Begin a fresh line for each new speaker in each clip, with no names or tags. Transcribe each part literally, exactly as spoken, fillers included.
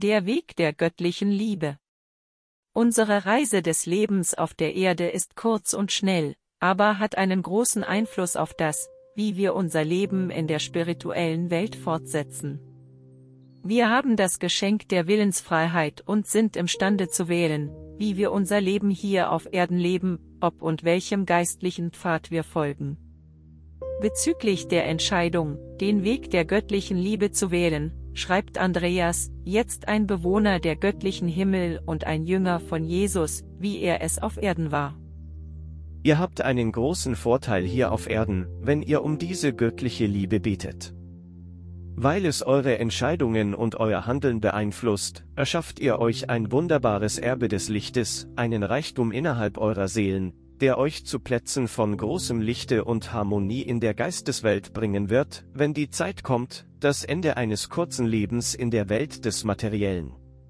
Der Weg der göttlichen Liebe. Unsere Reise des Lebens auf der Erde ist kurz und schnell, aber hat einen großen Einfluss auf das, wie wir unser Leben in der spirituellen Welt fortsetzen. Wir haben das Geschenk der Willensfreiheit und sind imstande zu wählen, wie wir unser Leben hier auf Erden leben, ob und welchem geistlichen Pfad wir folgen. Bezüglich der Entscheidung, den Weg der göttlichen Liebe zu wählen, schreibt Andreas, jetzt ein Bewohner der göttlichen Himmel und ein Jünger von Jesus, wie er es auf Erden war.
Ihr habt einen großen Vorteil hier auf Erden, wenn ihr um diese göttliche Liebe betet. Weil es eure Entscheidungen und euer Handeln beeinflusst, erschafft ihr euch ein wunderbares Erbe des Lichtes, einen Reichtum innerhalb eurer Seelen, der euch zu Plätzen von großem Lichte und Harmonie in der Geisteswelt bringen wird, wenn die Zeit kommt, das Ende eines kurzen Lebens in der Welt des Materiellen.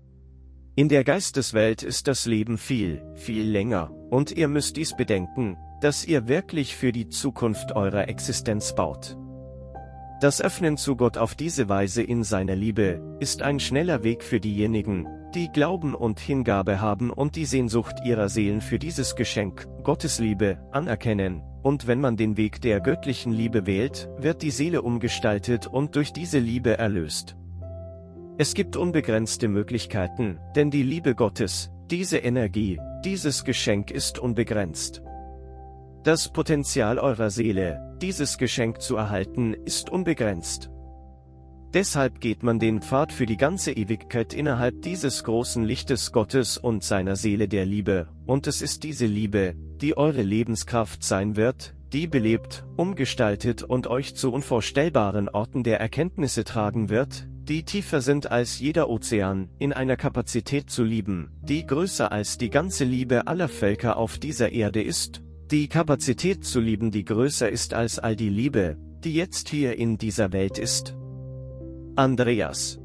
In der Geisteswelt ist das Leben viel, viel länger, und ihr müsst dies bedenken, dass ihr wirklich für die Zukunft eurer Existenz baut. Das Öffnen zu Gott auf diese Weise in seiner Liebe, ist ein schneller Weg für diejenigen, die Glauben und Hingabe haben und die Sehnsucht ihrer Seelen für dieses Geschenk, Gottes Liebe, anerkennen, und wenn man den Weg der göttlichen Liebe wählt, wird die Seele umgestaltet und durch diese Liebe erlöst. Es gibt unbegrenzte Möglichkeiten, denn die Liebe Gottes, diese Energie, dieses Geschenk ist unbegrenzt. Das Potenzial eurer Seele, dieses Geschenk zu erhalten, ist unbegrenzt. Deshalb geht man den Pfad für die ganze Ewigkeit innerhalb dieses großen Lichtes Gottes und seiner Seele der Liebe, und es ist diese Liebe, die eure Lebenskraft sein wird, die belebt, umgestaltet und euch zu unvorstellbaren Orten der Erkenntnisse tragen wird, die tiefer sind als jeder Ozean, in einer Kapazität zu lieben, die größer als die ganze Liebe aller Völker auf dieser Erde ist, die Kapazität zu lieben, die größer ist als all die Liebe, die jetzt hier in dieser Welt ist. Andreas.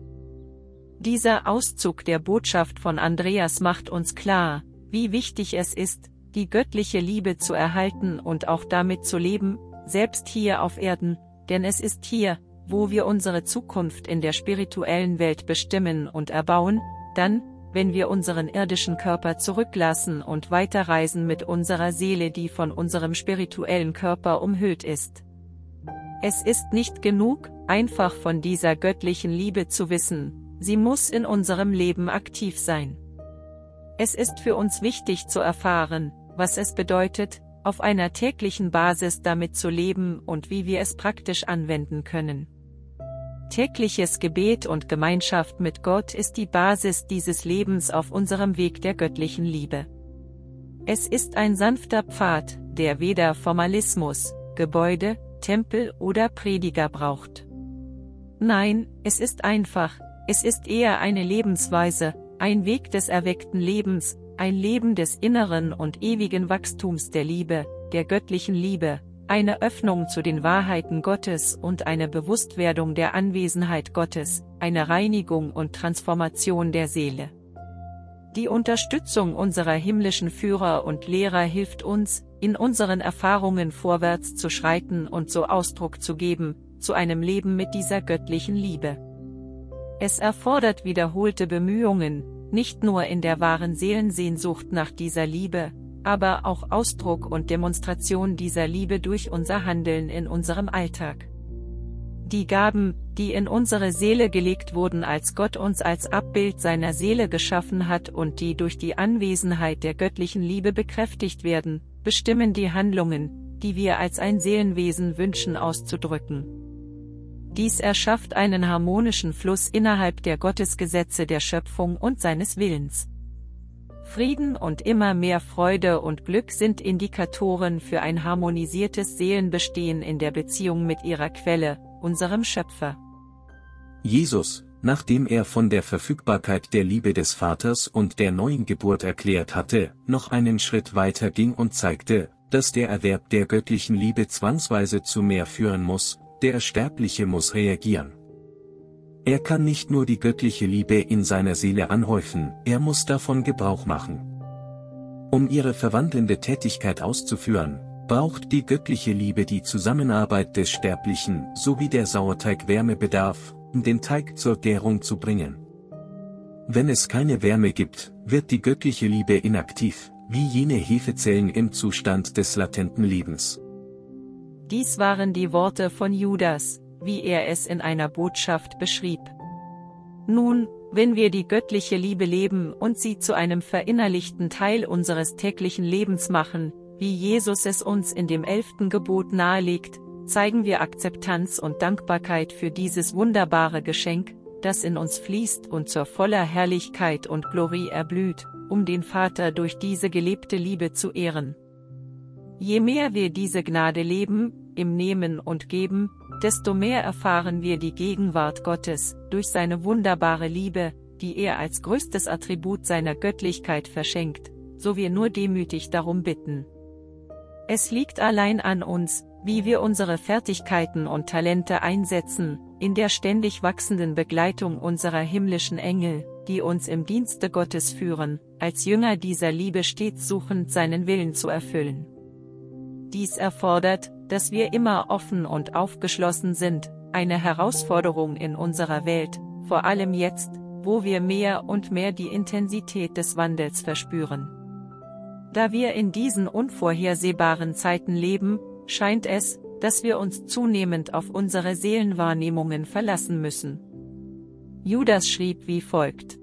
Dieser Auszug der Botschaft von Andreas macht uns klar, wie wichtig es ist, die göttliche Liebe zu erhalten und auch damit zu leben, selbst hier auf Erden, denn es ist hier, wo wir unsere Zukunft in der spirituellen Welt bestimmen und erbauen, dann, wenn wir unseren irdischen Körper zurücklassen und weiterreisen mit unserer Seele, die von unserem spirituellen Körper umhüllt ist. Es ist nicht genug, einfach von dieser göttlichen Liebe zu wissen, sie muss in unserem Leben aktiv sein. Es ist für uns wichtig zu erfahren, was es bedeutet, auf einer täglichen Basis damit zu leben und wie wir es praktisch anwenden können. Tägliches Gebet und Gemeinschaft mit Gott ist die Basis dieses Lebens auf unserem Weg der göttlichen Liebe. Es ist ein sanfter Pfad, der weder Formalismus, Gebäude, Tempel oder Prediger braucht. Nein, es ist einfach, es ist eher eine Lebensweise, ein Weg des erweckten Lebens, ein Leben des inneren und ewigen Wachstums der Liebe, der göttlichen Liebe, eine Öffnung zu den Wahrheiten Gottes und eine Bewusstwerdung der Anwesenheit Gottes, eine Reinigung und Transformation der Seele. Die Unterstützung unserer himmlischen Führer und Lehrer hilft uns, in unseren Erfahrungen vorwärts zu schreiten und so Ausdruck zu geben, zu einem Leben mit dieser göttlichen Liebe. Es erfordert wiederholte Bemühungen, nicht nur in der wahren Seelensehnsucht nach dieser Liebe, aber auch Ausdruck und Demonstration dieser Liebe durch unser Handeln in unserem Alltag. Die Gaben, die in unsere Seele gelegt wurden, als Gott uns als Abbild seiner Seele geschaffen hat und die durch die Anwesenheit der göttlichen Liebe bekräftigt werden, bestimmen die Handlungen, die wir als ein Seelenwesen wünschen auszudrücken. Dies erschafft einen harmonischen Fluss innerhalb der Gottesgesetze der Schöpfung und seines Willens. Frieden und immer mehr Freude und Glück sind Indikatoren für ein harmonisiertes Seelenbestehen in der Beziehung mit ihrer Quelle, unserem Schöpfer.
Jesus, nachdem er von der Verfügbarkeit der Liebe des Vaters und der neuen Geburt erklärt hatte, noch einen Schritt weiter ging und zeigte, dass der Erwerb der göttlichen Liebe zwangsweise zu mehr führen muss, der Sterbliche muss reagieren. Er kann nicht nur die göttliche Liebe in seiner Seele anhäufen, er muss davon Gebrauch machen. Um ihre verwandelnde Tätigkeit auszuführen, braucht die göttliche Liebe die Zusammenarbeit des Sterblichen, sowie der Sauerteig Wärme bedarf, um den Teig zur Gärung zu bringen. Wenn es keine Wärme gibt, wird die göttliche Liebe inaktiv, wie jene Hefezellen im Zustand des latenten Lebens.
Dies waren die Worte von Judas, wie er es in einer Botschaft beschrieb. Nun, wenn wir die göttliche Liebe leben und sie zu einem verinnerlichten Teil unseres täglichen Lebens machen, wie Jesus es uns in dem elften Gebot nahelegt, zeigen wir Akzeptanz und Dankbarkeit für dieses wunderbare Geschenk, das in uns fließt und zur voller Herrlichkeit und Glorie erblüht, um den Vater durch diese gelebte Liebe zu ehren. Je mehr wir diese Gnade leben, im Nehmen und Geben, desto mehr erfahren wir die Gegenwart Gottes, durch seine wunderbare Liebe, die er als größtes Attribut seiner Göttlichkeit verschenkt, so wir nur demütig darum bitten. Es liegt allein an uns, wie wir unsere Fertigkeiten und Talente einsetzen, in der ständig wachsenden Begleitung unserer himmlischen Engel, die uns im Dienste Gottes führen, als Jünger dieser Liebe stets suchend seinen Willen zu erfüllen. Dies erfordert, dass wir immer offen und aufgeschlossen sind, eine Herausforderung in unserer Welt, vor allem jetzt, wo wir mehr und mehr die Intensität des Wandels verspüren. Da wir in diesen unvorhersehbaren Zeiten leben, scheint es, dass wir uns zunehmend auf unsere Seelenwahrnehmungen verlassen müssen. Judas schrieb wie folgt: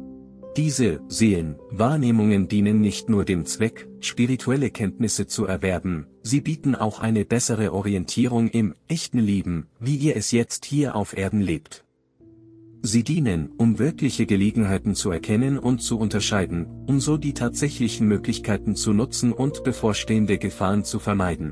Diese Seelenwahrnehmungen dienen nicht nur dem Zweck, spirituelle Kenntnisse zu erwerben, sie bieten auch eine bessere Orientierung im echten Leben, wie ihr es jetzt hier auf Erden lebt. Sie dienen, um wirkliche Gelegenheiten zu erkennen und zu unterscheiden, um so die tatsächlichen Möglichkeiten zu nutzen und bevorstehende Gefahren zu vermeiden.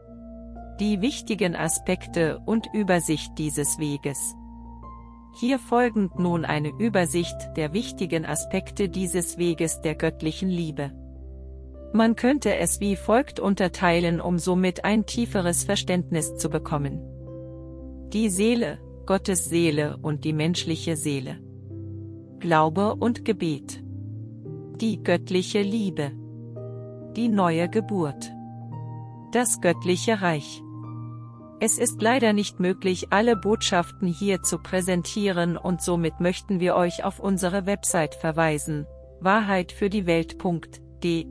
Die wichtigen Aspekte und Übersicht dieses Weges. Hier folgend nun eine Übersicht der wichtigen Aspekte dieses Weges der göttlichen Liebe. Man könnte es wie folgt unterteilen, um somit ein tieferes Verständnis zu bekommen. Die Seele, Gottes Seele und die menschliche Seele. Glaube und Gebet. Die göttliche Liebe. Die neue Geburt. Das göttliche Reich. Es ist leider nicht möglich, alle Botschaften hier zu präsentieren, und somit möchten wir euch auf unsere Website verweisen, wahrheit für die welt punkt de.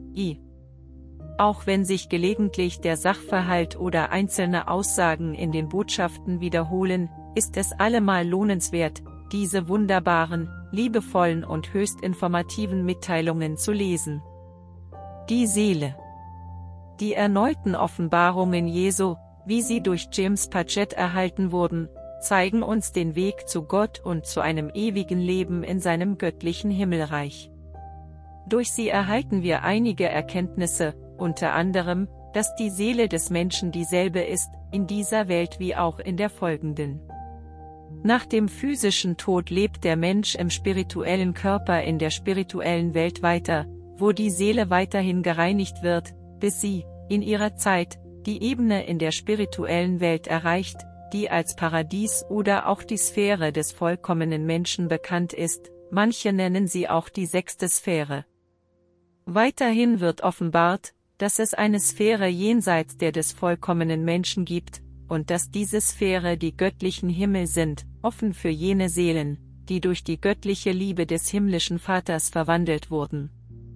Auch wenn sich gelegentlich der Sachverhalt oder einzelne Aussagen in den Botschaften wiederholen, ist es allemal lohnenswert, diese wunderbaren, liebevollen und höchst informativen Mitteilungen zu lesen. Die Seele. Die erneuten Offenbarungen Jesu, wie sie durch James Paget erhalten wurden, zeigen uns den Weg zu Gott und zu einem ewigen Leben in seinem göttlichen Himmelreich. Durch sie erhalten wir einige Erkenntnisse, unter anderem, dass die Seele des Menschen dieselbe ist, in dieser Welt wie auch in der folgenden. Nach dem physischen Tod lebt der Mensch im spirituellen Körper in der spirituellen Welt weiter, wo die Seele weiterhin gereinigt wird, bis sie, in ihrer Zeit, die Ebene in der spirituellen Welt erreicht, die als Paradies oder auch die Sphäre des vollkommenen Menschen bekannt ist, manche nennen sie auch die sechste Sphäre. Weiterhin wird offenbart, dass es eine Sphäre jenseits der des vollkommenen Menschen gibt, und dass diese Sphäre die göttlichen Himmel sind, offen für jene Seelen, die durch die göttliche Liebe des himmlischen Vaters verwandelt wurden.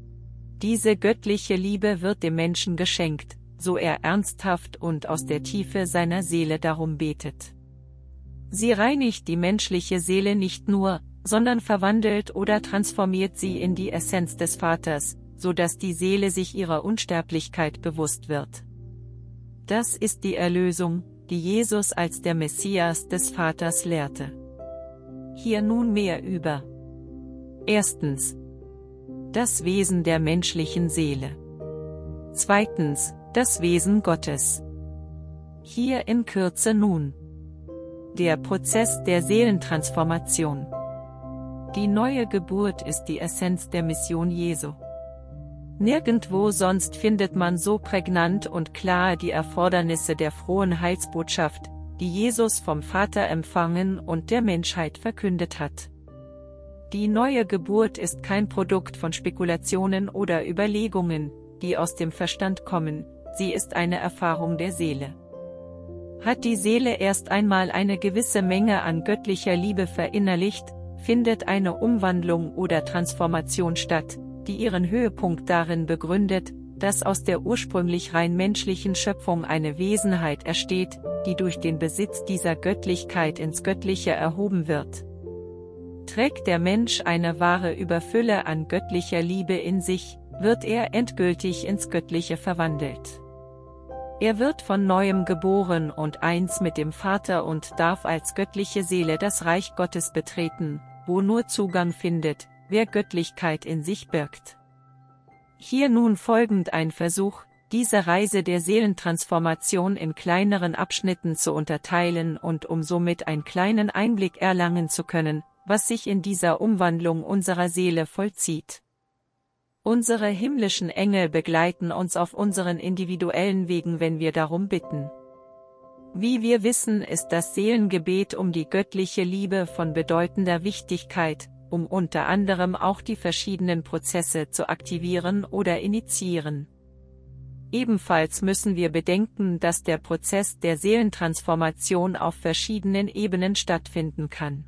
Diese göttliche Liebe wird dem Menschen geschenkt, so er ernsthaft und aus der Tiefe seiner Seele darum betet. Sie reinigt die menschliche Seele nicht nur, sondern verwandelt oder transformiert sie in die Essenz des Vaters, so dass die Seele sich ihrer Unsterblichkeit bewusst wird. Das ist die Erlösung, die Jesus als der Messias des Vaters lehrte. Hier nun mehr über. Erstens. Das Wesen der menschlichen Seele. Zweitens. Das Wesen Gottes. Hier in Kürze nun. Der Prozess der Seelentransformation. Die neue Geburt ist die Essenz der Mission Jesu. Nirgendwo sonst findet man so prägnant und klar die Erfordernisse der frohen Heilsbotschaft, die Jesus vom Vater empfangen und der Menschheit verkündet hat. Die neue Geburt ist kein Produkt von Spekulationen oder Überlegungen, die aus dem Verstand kommen, sie ist eine Erfahrung der Seele. Hat die Seele erst einmal eine gewisse Menge an göttlicher Liebe verinnerlicht, findet eine Umwandlung oder Transformation statt, die ihren Höhepunkt darin begründet, dass aus der ursprünglich rein menschlichen Schöpfung eine Wesenheit entsteht, die durch den Besitz dieser Göttlichkeit ins Göttliche erhoben wird. Trägt der Mensch eine wahre Überfülle an göttlicher Liebe in sich, wird er endgültig ins Göttliche verwandelt. Er wird von Neuem geboren und eins mit dem Vater und darf als göttliche Seele das Reich Gottes betreten, wo nur Zugang findet, wer Göttlichkeit in sich birgt. Hier nun folgend ein Versuch, diese Reise der Seelentransformation in kleineren Abschnitten zu unterteilen und um somit einen kleinen Einblick erlangen zu können, was sich in dieser Umwandlung unserer Seele vollzieht. Unsere himmlischen Engel begleiten uns auf unseren individuellen Wegen, wenn wir darum bitten. Wie wir wissen, ist das Seelengebet um die göttliche Liebe von bedeutender Wichtigkeit, um unter anderem auch die verschiedenen Prozesse zu aktivieren oder initiieren. Ebenfalls müssen wir bedenken, dass der Prozess der Seelentransformation auf verschiedenen Ebenen stattfinden kann.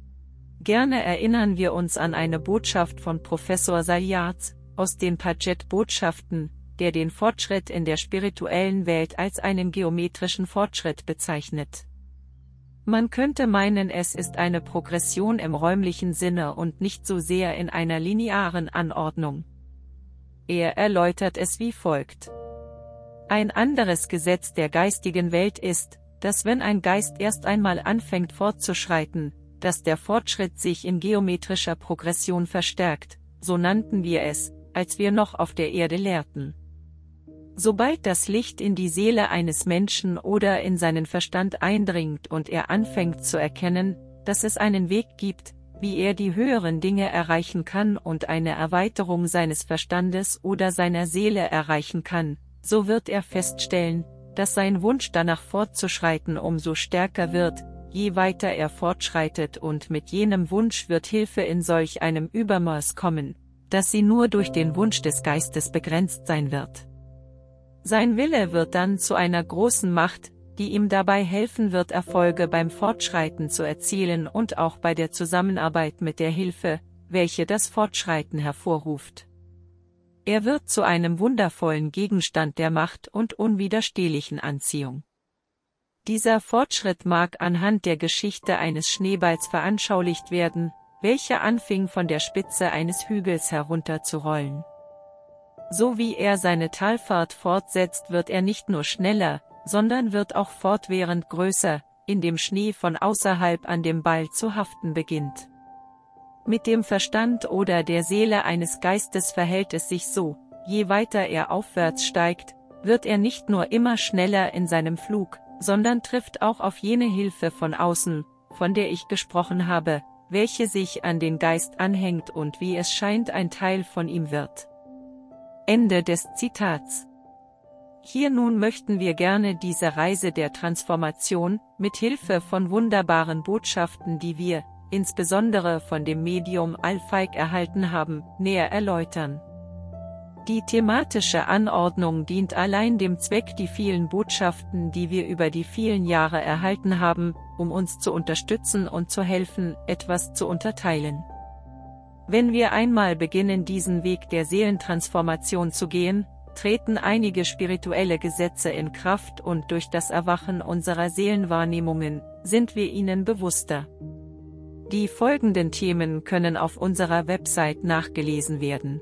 Gerne erinnern wir uns an eine Botschaft von Professor Sayarz aus den Paget-Botschaften, der den Fortschritt in der spirituellen Welt als einen geometrischen Fortschritt bezeichnet. Man könnte meinen, es ist eine Progression im räumlichen Sinne und nicht so sehr in einer linearen Anordnung. Er erläutert es wie folgt. Ein anderes Gesetz der geistigen Welt ist, dass wenn ein Geist erst einmal anfängt fortzuschreiten, dass der Fortschritt sich in geometrischer Progression verstärkt, so nannten wir es, als wir noch auf der Erde lehrten. Sobald das Licht in die Seele eines Menschen oder in seinen Verstand eindringt und er anfängt zu erkennen, dass es einen Weg gibt, wie er die höheren Dinge erreichen kann und eine Erweiterung seines Verstandes oder seiner Seele erreichen kann, so wird er feststellen, dass sein Wunsch danach fortzuschreiten umso stärker wird, je weiter er fortschreitet, und mit jenem Wunsch wird Hilfe in solch einem Übermaß kommen, dass sie nur durch den Wunsch des Geistes begrenzt sein wird. Sein Wille wird dann zu einer großen Macht, die ihm dabei helfen wird, Erfolge beim Fortschreiten zu erzielen und auch bei der Zusammenarbeit mit der Hilfe, welche das Fortschreiten hervorruft. Er wird zu einem wundervollen Gegenstand der Macht und unwiderstehlichen Anziehung. Dieser Fortschritt mag anhand der Geschichte eines Schneeballs veranschaulicht werden, welcher anfing von der Spitze eines Hügels herunterzurollen. So wie er seine Talfahrt fortsetzt, wird er nicht nur schneller, sondern wird auch fortwährend größer, indem Schnee von außerhalb an dem Ball zu haften beginnt. Mit dem Verstand oder der Seele eines Geistes verhält es sich so, je weiter er aufwärts steigt, wird er nicht nur immer schneller in seinem Flug, sondern trifft auch auf jene Hilfe von außen, von der ich gesprochen habe, welche sich an den Geist anhängt und wie es scheint ein Teil von ihm wird. Ende des Zitats. Hier nun möchten wir gerne diese Reise der Transformation, mit Hilfe von wunderbaren Botschaften, die wir, insbesondere von dem Medium Alfeig erhalten haben, näher erläutern. Die thematische Anordnung dient allein dem Zweck, die vielen Botschaften, die wir über die vielen Jahre erhalten haben, um uns zu unterstützen und zu helfen, etwas zu unterteilen. Wenn wir einmal beginnen, diesen Weg der Seelentransformation zu gehen, treten einige spirituelle Gesetze in Kraft und durch das Erwachen unserer Seelenwahrnehmungen sind wir ihnen bewusster. Die folgenden Themen können auf unserer Website nachgelesen werden.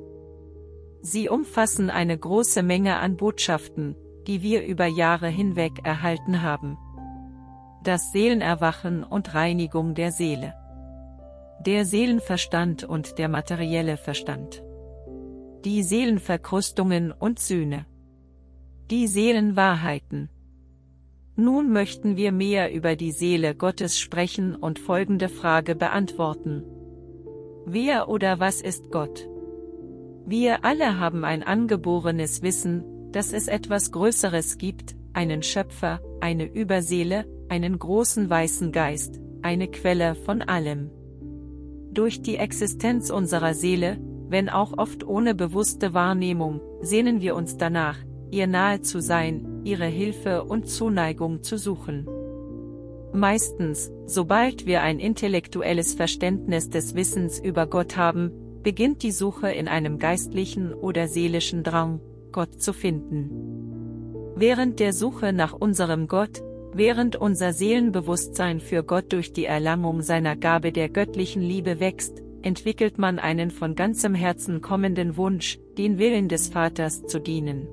Sie umfassen eine große Menge an Botschaften, die wir über Jahre hinweg erhalten haben. Das Seelenerwachen und Reinigung der Seele. Der Seelenverstand und der materielle Verstand. Die Seelenverkrustungen und Sühne. Die Seelenwahrheiten. Nun möchten wir mehr über die Seele Gottes sprechen und folgende Frage beantworten. Wer oder was ist Gott? Wir alle haben ein angeborenes Wissen, dass es etwas Größeres gibt, einen Schöpfer, eine Überseele, einen großen weißen Geist, eine Quelle von allem. Durch die Existenz unserer Seele, wenn auch oft ohne bewusste Wahrnehmung, sehnen wir uns danach, ihr nahe zu sein, ihre Hilfe und Zuneigung zu suchen. Meistens, sobald wir ein intellektuelles Verständnis des Wissens über Gott haben, beginnt die Suche in einem geistlichen oder seelischen Drang, Gott zu finden. Während der Suche nach unserem Gott, während unser Seelenbewusstsein für Gott durch die Erlangung seiner Gabe der göttlichen Liebe wächst, entwickelt man einen von ganzem Herzen kommenden Wunsch, den Willen des Vaters zu dienen.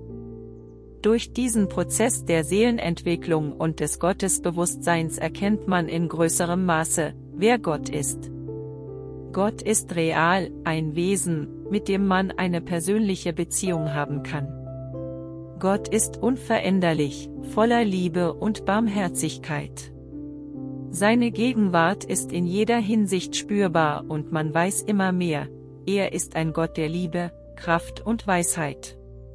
Durch diesen Prozess der Seelenentwicklung und des Gottesbewusstseins erkennt man in größerem Maße, wer Gott ist. Gott ist real, ein Wesen, mit dem man eine persönliche Beziehung haben kann. Gott ist unveränderlich, voller Liebe und Barmherzigkeit. Seine Gegenwart ist in jeder Hinsicht spürbar und man weiß immer mehr, er ist ein Gott der Liebe, Kraft und Weisheit.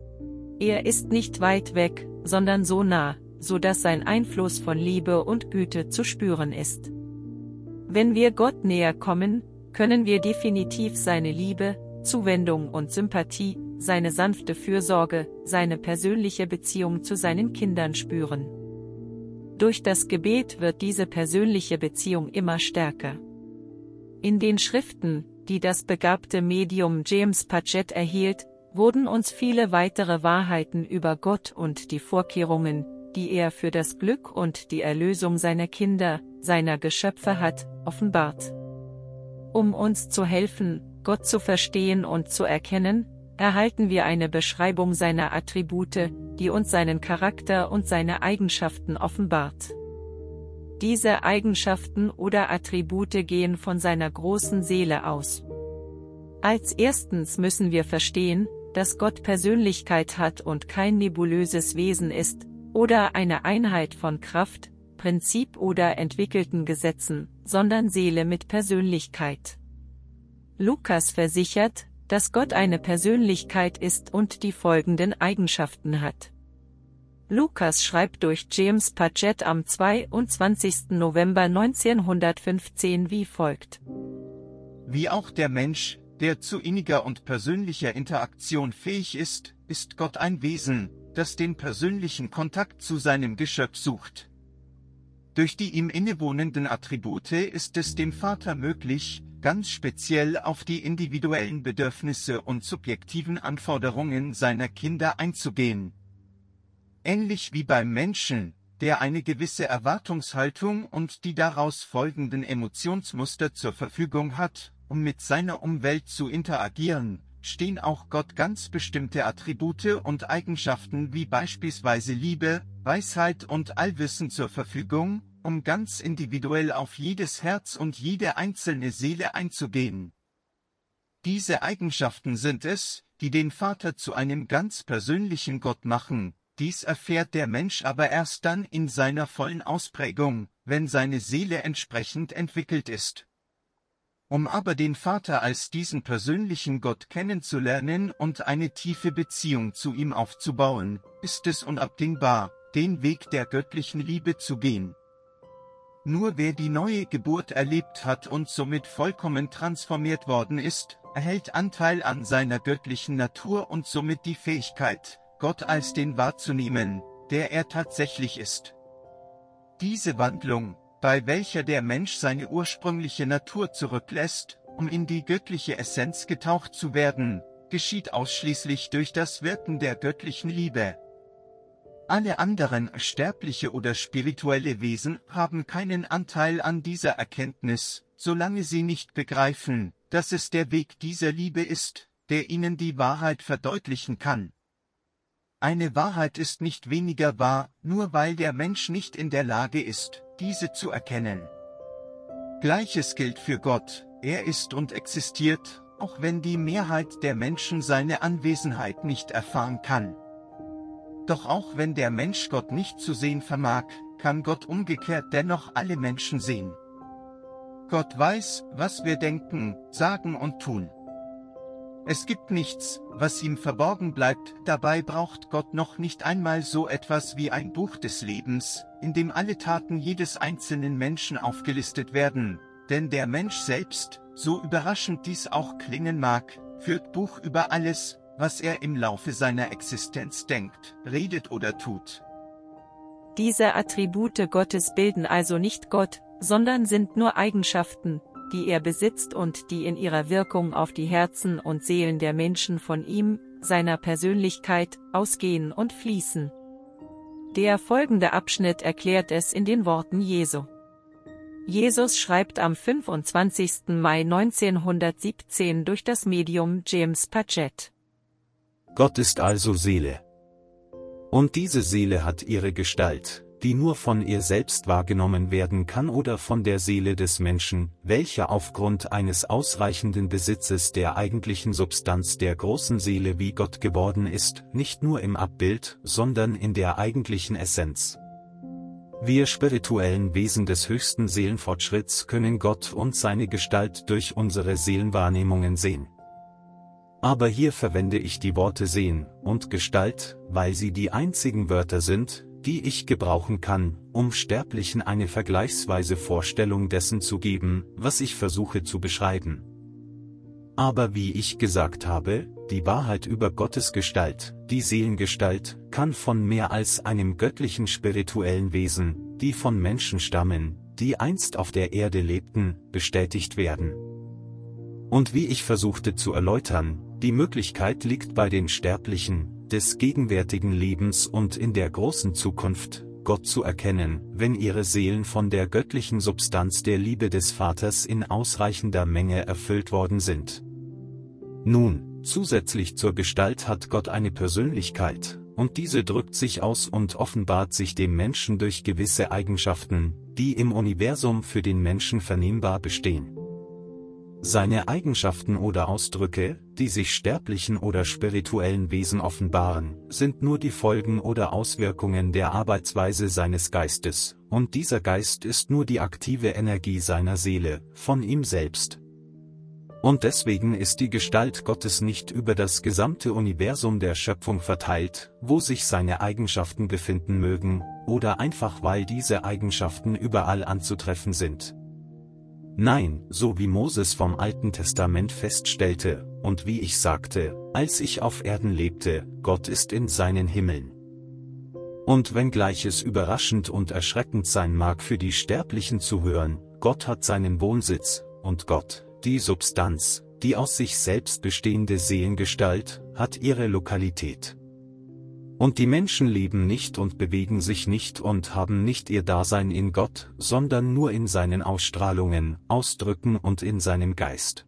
Er ist nicht weit weg, sondern so nah, so dass sein Einfluss von Liebe und Güte zu spüren ist. Wenn wir Gott näher kommen, können wir definitiv seine Liebe, Zuwendung und Sympathie, seine sanfte Fürsorge, seine persönliche Beziehung zu seinen Kindern spüren. Durch das Gebet wird diese persönliche Beziehung immer stärker. In den Schriften, die das begabte Medium James Paget erhielt, wurden uns viele weitere Wahrheiten über Gott und die Vorkehrungen, die er für das Glück und die Erlösung seiner Kinder, seiner Geschöpfe hat, offenbart. Um uns zu helfen, Gott zu verstehen und zu erkennen, erhalten wir eine Beschreibung seiner Attribute, die uns seinen Charakter und seine Eigenschaften offenbart. Diese Eigenschaften oder Attribute gehen von seiner großen Seele aus. Als erstens müssen wir verstehen, dass Gott Persönlichkeit hat und kein nebulöses Wesen ist, oder eine Einheit von Kraft, Prinzip oder entwickelten Gesetzen, sondern Seele mit Persönlichkeit. Lukas versichert, dass Gott eine Persönlichkeit ist und die folgenden Eigenschaften hat. Lukas schreibt durch James Paget am zweiundzwanzigsten November neunzehnhundertfünfzehn wie folgt.
Wie auch der Mensch, der zu inniger und persönlicher Interaktion fähig ist, ist Gott ein Wesen, das den persönlichen Kontakt zu seinem Geschöpf sucht. Durch die ihm innewohnenden Attribute ist es dem Vater möglich, ganz speziell auf die individuellen Bedürfnisse und subjektiven Anforderungen seiner Kinder einzugehen. Ähnlich wie beim Menschen, der eine gewisse Erwartungshaltung und die daraus folgenden Emotionsmuster zur Verfügung hat, um mit seiner Umwelt zu interagieren, stehen auch Gott ganz bestimmte Attribute und Eigenschaften wie beispielsweise Liebe, Weisheit und Allwissen zur Verfügung, um ganz individuell auf jedes Herz und jede einzelne Seele einzugehen. Diese Eigenschaften sind es, die den Vater zu einem ganz persönlichen Gott machen. Dies erfährt der Mensch aber erst dann in seiner vollen Ausprägung, wenn seine Seele entsprechend entwickelt ist. Um aber den Vater als diesen persönlichen Gott kennenzulernen und eine tiefe Beziehung zu ihm aufzubauen, ist es unabdingbar, den Weg der göttlichen Liebe zu gehen. Nur wer die neue Geburt erlebt hat und somit vollkommen transformiert worden ist, erhält Anteil an seiner göttlichen Natur und somit die Fähigkeit, Gott als den wahrzunehmen, der er tatsächlich ist. Diese Wandlung, bei welcher der Mensch seine ursprüngliche Natur zurücklässt, um in die göttliche Essenz getaucht zu werden, geschieht ausschließlich durch das Wirken der göttlichen Liebe. Alle anderen sterbliche oder spirituelle Wesen haben keinen Anteil an dieser Erkenntnis, solange sie nicht begreifen, dass es der Weg dieser Liebe ist, der ihnen die Wahrheit verdeutlichen kann. Eine Wahrheit ist nicht weniger wahr, nur weil der Mensch nicht in der Lage ist, diese zu erkennen. Gleiches gilt für Gott, er ist und existiert, auch wenn die Mehrheit der Menschen seine Anwesenheit nicht erfahren kann. Doch auch wenn der Mensch Gott nicht zu sehen vermag, kann Gott umgekehrt dennoch alle Menschen sehen. Gott weiß, was wir denken, sagen und tun. Es gibt nichts, was ihm verborgen bleibt, dabei braucht Gott noch nicht einmal so etwas wie ein Buch des Lebens, in dem alle Taten jedes einzelnen Menschen aufgelistet werden, denn der Mensch selbst, so überraschend dies auch klingen mag, führt Buch über alles, was er im Laufe seiner Existenz denkt, redet oder tut.
Diese Attribute Gottes bilden also nicht Gott, sondern sind nur Eigenschaften, die er besitzt und die in ihrer Wirkung auf die Herzen und Seelen der Menschen von ihm, seiner Persönlichkeit, ausgehen und fließen. Der folgende Abschnitt erklärt es in den Worten Jesu. Jesus schreibt am fünfundzwanzigsten Mai neunzehnhundertsiebzehn durch das Medium James Paget.
Gott ist also Seele. Und diese Seele hat ihre Gestalt, die nur von ihr selbst wahrgenommen werden kann oder von der Seele des Menschen, welcher aufgrund eines ausreichenden Besitzes der eigentlichen Substanz der großen Seele wie Gott geworden ist, nicht nur im Abbild, sondern in der eigentlichen Essenz. Wir spirituellen Wesen des höchsten Seelenfortschritts können Gott und seine Gestalt durch unsere Seelenwahrnehmungen sehen. Aber hier verwende ich die Worte sehen und Gestalt, weil sie die einzigen Wörter sind, die ich gebrauchen kann, um Sterblichen eine vergleichsweise Vorstellung dessen zu geben, was ich versuche zu beschreiben. Aber wie ich gesagt habe, die Wahrheit über Gottes Gestalt, die Seelengestalt, kann von mehr als einem göttlichen spirituellen Wesen, die von Menschen stammen, die einst auf der Erde lebten, bestätigt werden. Und wie ich versuchte zu erläutern, die Möglichkeit liegt bei den Sterblichen, des gegenwärtigen Lebens und in der großen Zukunft, Gott zu erkennen, wenn ihre Seelen von der göttlichen Substanz der Liebe des Vaters in ausreichender Menge erfüllt worden sind. Nun, zusätzlich zur Gestalt hat Gott eine Persönlichkeit, und diese drückt sich aus und offenbart sich dem Menschen durch gewisse Eigenschaften, die im Universum für den Menschen vernehmbar bestehen. Seine Eigenschaften oder Ausdrücke, die sich sterblichen oder spirituellen Wesen offenbaren, sind nur die Folgen oder Auswirkungen der Arbeitsweise seines Geistes, und dieser Geist ist nur die aktive Energie seiner Seele, von ihm selbst. Und deswegen ist die Gestalt Gottes nicht über das gesamte Universum der Schöpfung verteilt, wo sich seine Eigenschaften befinden mögen, oder einfach weil diese Eigenschaften überall anzutreffen sind. Nein, so wie Moses vom Alten Testament feststellte, und wie ich sagte, als ich auf Erden lebte, Gott ist in seinen Himmeln. Und wenngleich es überraschend und erschreckend sein mag für die Sterblichen zu hören, Gott hat seinen Wohnsitz, und Gott, die Substanz, die aus sich selbst bestehende Seelengestalt, hat ihre Lokalität. Und die Menschen leben nicht und bewegen sich nicht und haben nicht ihr Dasein in Gott, sondern nur in seinen Ausstrahlungen, Ausdrücken und in seinem Geist.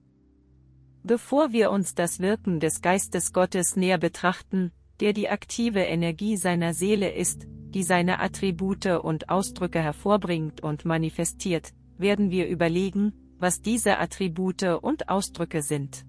Bevor wir uns das Wirken des Geistes Gottes näher betrachten, der die aktive Energie seiner Seele ist, die seine Attribute und Ausdrücke hervorbringt und manifestiert, werden wir überlegen, was diese Attribute und Ausdrücke sind.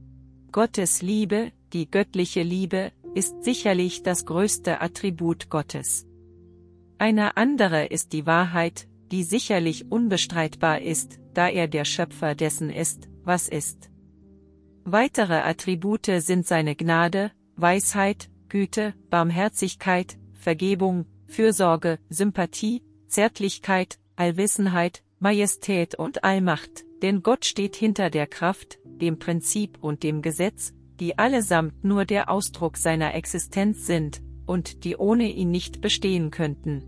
Gottes Liebe, die göttliche Liebe, ist sicherlich das größte Attribut Gottes. Eine andere ist die Wahrheit, die sicherlich unbestreitbar ist, da er der Schöpfer dessen ist, was ist. Weitere Attribute sind seine Gnade, Weisheit, Güte, Barmherzigkeit, Vergebung, Fürsorge, Sympathie, Zärtlichkeit, Allwissenheit, Majestät und Allmacht, denn Gott steht hinter der Kraft, dem Prinzip und dem Gesetz, die allesamt nur der Ausdruck seiner Existenz sind, und die ohne ihn nicht bestehen könnten.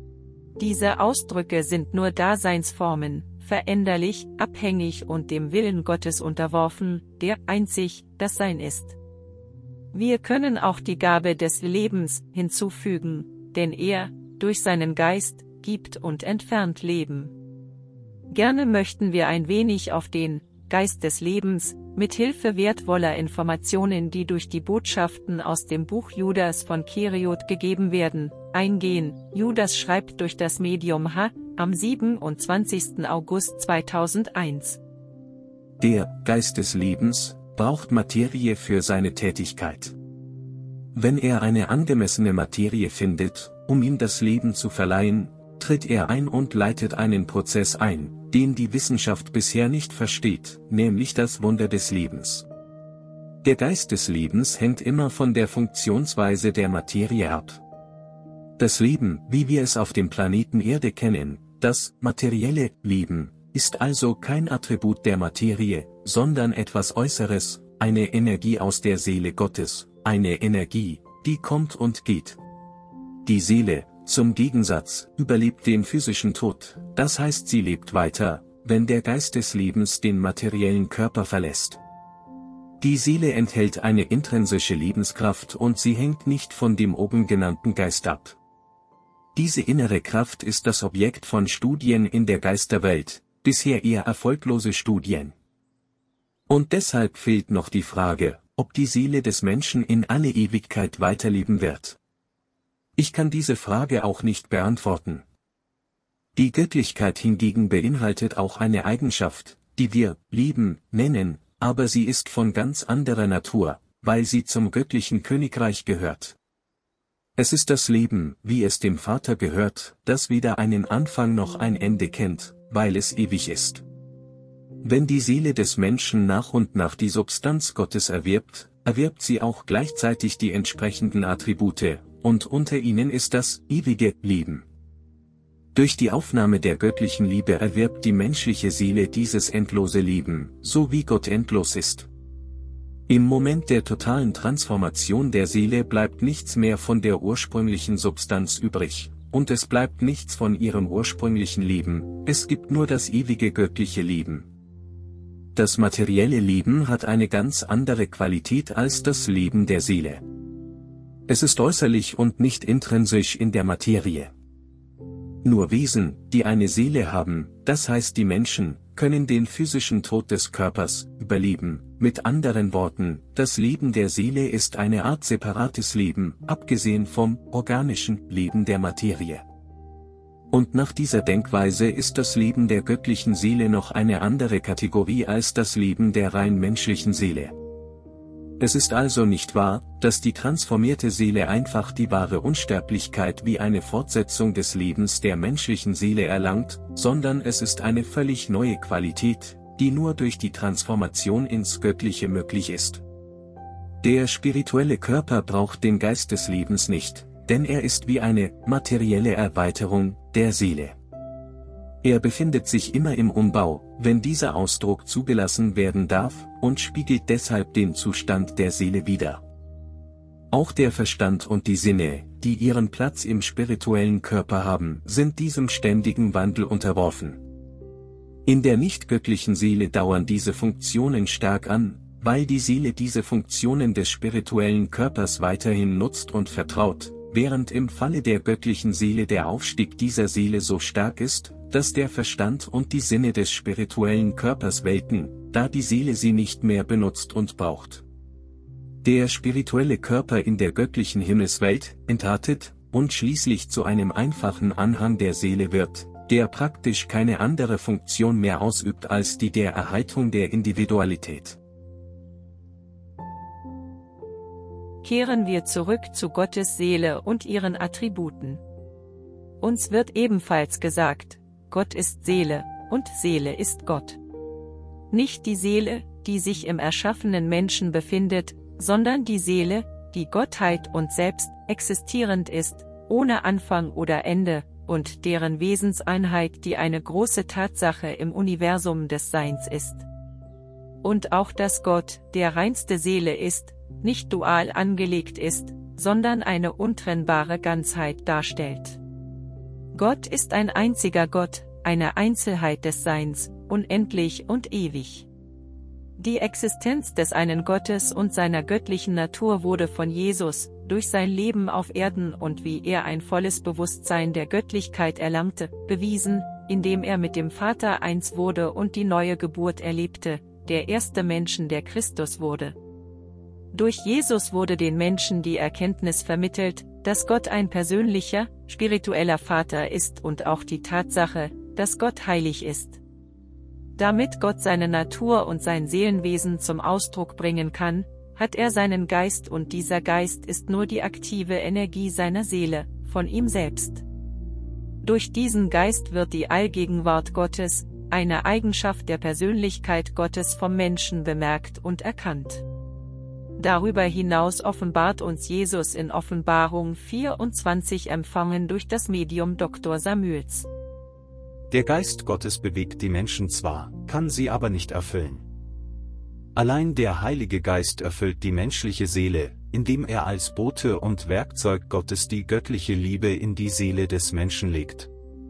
Diese Ausdrücke sind nur Daseinsformen, veränderlich, abhängig und dem Willen Gottes unterworfen, der einzig das Sein ist. Wir können auch die Gabe des Lebens hinzufügen, denn er, durch seinen Geist, gibt und entfernt Leben. Gerne möchten wir ein wenig auf den Geist des Lebens, mit Hilfe wertvoller Informationen, die durch die Botschaften aus dem Buch Judas von Keriot gegeben werden, eingehen. Judas schreibt durch das Medium H. am siebenundzwanzigsten August zweitausendeins.
Der Geist des Lebens braucht Materie für seine Tätigkeit. Wenn er eine angemessene Materie findet, um ihm das Leben zu verleihen, tritt er ein und leitet einen Prozess ein, den die Wissenschaft bisher nicht versteht, nämlich das Wunder des Lebens. Der Geist des Lebens hängt immer von der Funktionsweise der Materie ab. Das Leben, wie wir es auf dem Planeten Erde kennen, das materielle Leben, ist also kein Attribut der Materie, sondern etwas Äußeres, eine Energie aus der Seele Gottes, eine Energie, die kommt und geht. Die Seele, zum Gegensatz, überlebt den physischen Tod, das heißt sie lebt weiter, wenn der Geist des Lebens den materiellen Körper verlässt. Die Seele enthält eine intrinsische Lebenskraft und sie hängt nicht von dem oben genannten Geist ab. Diese innere Kraft ist das Objekt von Studien in der Geisterwelt, bisher eher erfolglose Studien. Und deshalb fehlt noch die Frage, ob die Seele des Menschen in alle Ewigkeit weiterleben wird. Ich kann diese Frage auch nicht beantworten. Die Göttlichkeit hingegen beinhaltet auch eine Eigenschaft, die wir Leben nennen, aber sie ist von ganz anderer Natur, weil sie zum göttlichen Königreich gehört. Es ist das Leben, wie es dem Vater gehört, das weder einen Anfang noch ein Ende kennt, weil es ewig ist. Wenn die Seele des Menschen nach und nach die Substanz Gottes erwirbt, erwirbt sie auch gleichzeitig die entsprechenden Attribute, und unter ihnen ist das ewige Leben. Durch die Aufnahme der göttlichen Liebe erwirbt die menschliche Seele dieses endlose Leben, so wie Gott endlos ist. Im Moment der totalen Transformation der Seele bleibt nichts mehr von der ursprünglichen Substanz übrig, und es bleibt nichts von ihrem ursprünglichen Leben, es gibt nur das ewige göttliche Leben. Das materielle Leben hat eine ganz andere Qualität als das Leben der Seele. Es ist äußerlich und nicht intrinsisch in der Materie. Nur Wesen, die eine Seele haben, das heißt die Menschen, können den physischen Tod des Körpers überleben. Mit anderen Worten, das Leben der Seele ist eine Art separates Leben, abgesehen vom organischen Leben der Materie. Und nach dieser Denkweise ist das Leben der göttlichen Seele noch eine andere Kategorie als das Leben der rein menschlichen Seele. Es ist also nicht wahr, dass die transformierte Seele einfach die wahre Unsterblichkeit wie eine Fortsetzung des Lebens der menschlichen Seele erlangt, sondern es ist eine völlig neue Qualität, die nur durch die Transformation ins Göttliche möglich ist. Der spirituelle Körper braucht den Geist des Lebens nicht, denn er ist wie eine materielle Erweiterung der Seele. Er befindet sich immer im Umbau, wenn dieser Ausdruck zugelassen werden darf, und spiegelt deshalb den Zustand der Seele wider. Auch der Verstand und die Sinne, die ihren Platz im spirituellen Körper haben, sind diesem ständigen Wandel unterworfen. In der nicht-göttlichen Seele dauern diese Funktionen stark an, weil die Seele diese Funktionen des spirituellen Körpers weiterhin nutzt und vertraut, während im Falle der göttlichen Seele der Aufstieg dieser Seele so stark ist, dass der Verstand und die Sinne des spirituellen Körpers welken, da die Seele sie nicht mehr benutzt und braucht. Der spirituelle Körper in der göttlichen Himmelswelt entartet und schließlich zu einem einfachen Anhang der Seele wird, der praktisch keine andere Funktion mehr ausübt als die der Erhaltung der Individualität.
Kehren wir zurück zu Gottes Seele und ihren Attributen. Uns wird ebenfalls gesagt, Gott ist Seele, und Seele ist Gott. Nicht die Seele, die sich im erschaffenen Menschen befindet, sondern die Seele, die Gottheit und selbst existierend ist, ohne Anfang oder Ende, und deren Wesenseinheit die eine große Tatsache im Universum des Seins ist. Und auch dass Gott, der reinste Seele ist, nicht dual angelegt ist, sondern eine untrennbare Ganzheit darstellt. Gott ist ein einziger Gott, eine Einzelheit des Seins, unendlich und ewig. Die Existenz des einen Gottes und seiner göttlichen Natur wurde von Jesus, durch sein Leben auf Erden und wie er ein volles Bewusstsein der Göttlichkeit erlangte, bewiesen, indem er mit dem Vater eins wurde und die neue Geburt erlebte, der erste Menschen, der Christus wurde. Durch Jesus wurde den Menschen die Erkenntnis vermittelt, dass Gott ein persönlicher, spiritueller Vater ist und auch die Tatsache, dass Gott heilig ist. Damit Gott seine Natur und sein Seelenwesen zum Ausdruck bringen kann, hat er seinen Geist und dieser Geist ist nur die aktive Energie seiner Seele, von ihm selbst. Durch diesen Geist wird die Allgegenwart Gottes, eine Eigenschaft der Persönlichkeit Gottes vom Menschen bemerkt und erkannt. Darüber hinaus offenbart uns Jesus in Offenbarung vierundzwanzig empfangen durch das Medium Doktor Samuels.
Der Geist Gottes bewegt die Menschen zwar, kann sie aber nicht erfüllen. Allein der Heilige Geist erfüllt die menschliche Seele, indem er als Bote und Werkzeug Gottes die göttliche Liebe in die Seele des Menschen legt.